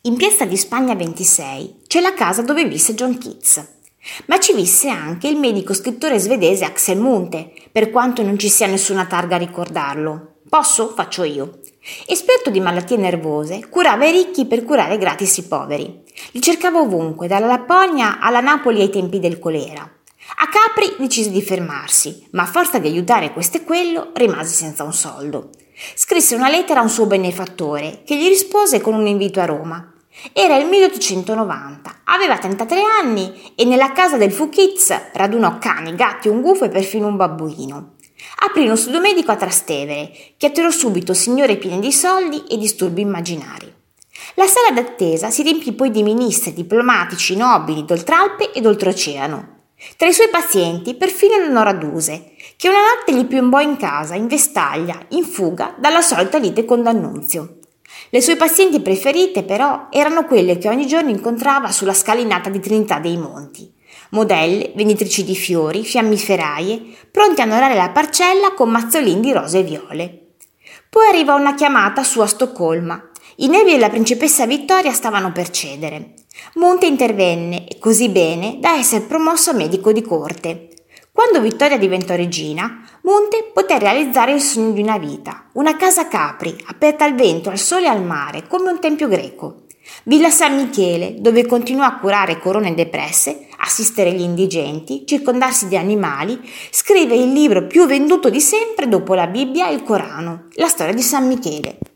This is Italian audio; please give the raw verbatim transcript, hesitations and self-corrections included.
In Piazza di Spagna ventisei c'è la casa dove visse John Keats, ma ci visse anche il medico scrittore svedese Axel Munthe, per quanto non ci sia nessuna targa a ricordarlo. Posso? Faccio io. Esperto di malattie nervose, curava i ricchi per curare gratis i poveri. Li cercava ovunque, dalla Lapponia alla Napoli ai tempi del colera. A Capri decise di fermarsi, ma a forza di aiutare questo e quello rimase senza un soldo. Scrisse una lettera a un suo benefattore, che gli rispose con un invito a Roma. Era il milleottocentonovanta, aveva trentatré anni e nella casa del fu Keats radunò cani, gatti, un gufo e perfino un babbuino. Aprì uno studio medico a Trastevere, che attirò subito signore piene di soldi e disturbi immaginari. La sala d'attesa si riempì poi di ministri, diplomatici, nobili d'oltralpe ed oltreoceano. Tra i suoi pazienti perfino Leonora Duse, che una notte gli piombò in casa, in vestaglia, in fuga dalla solita lite con D'Annunzio. Le sue pazienti preferite, però, erano quelle che ogni giorno incontrava sulla scalinata di Trinità dei Monti. Modelle, venditrici di fiori, fiammiferaie, pronte a onorare la parcella con mazzolini di rose e viole. Poi arrivò una chiamata su a Stoccolma. I nevi della principessa Vittoria stavano per cedere. Munthe intervenne, e così bene da essere promosso a medico di corte. Quando Vittoria diventò regina, Munthe poté realizzare il sogno di una vita, una casa a Capri, aperta al vento, al sole e al mare, come un tempio greco. Villa San Michele, dove continuò a curare corone depresse, assistere gli indigenti, circondarsi di animali, scrive il libro più venduto di sempre dopo la Bibbia e il Corano, la storia di San Michele.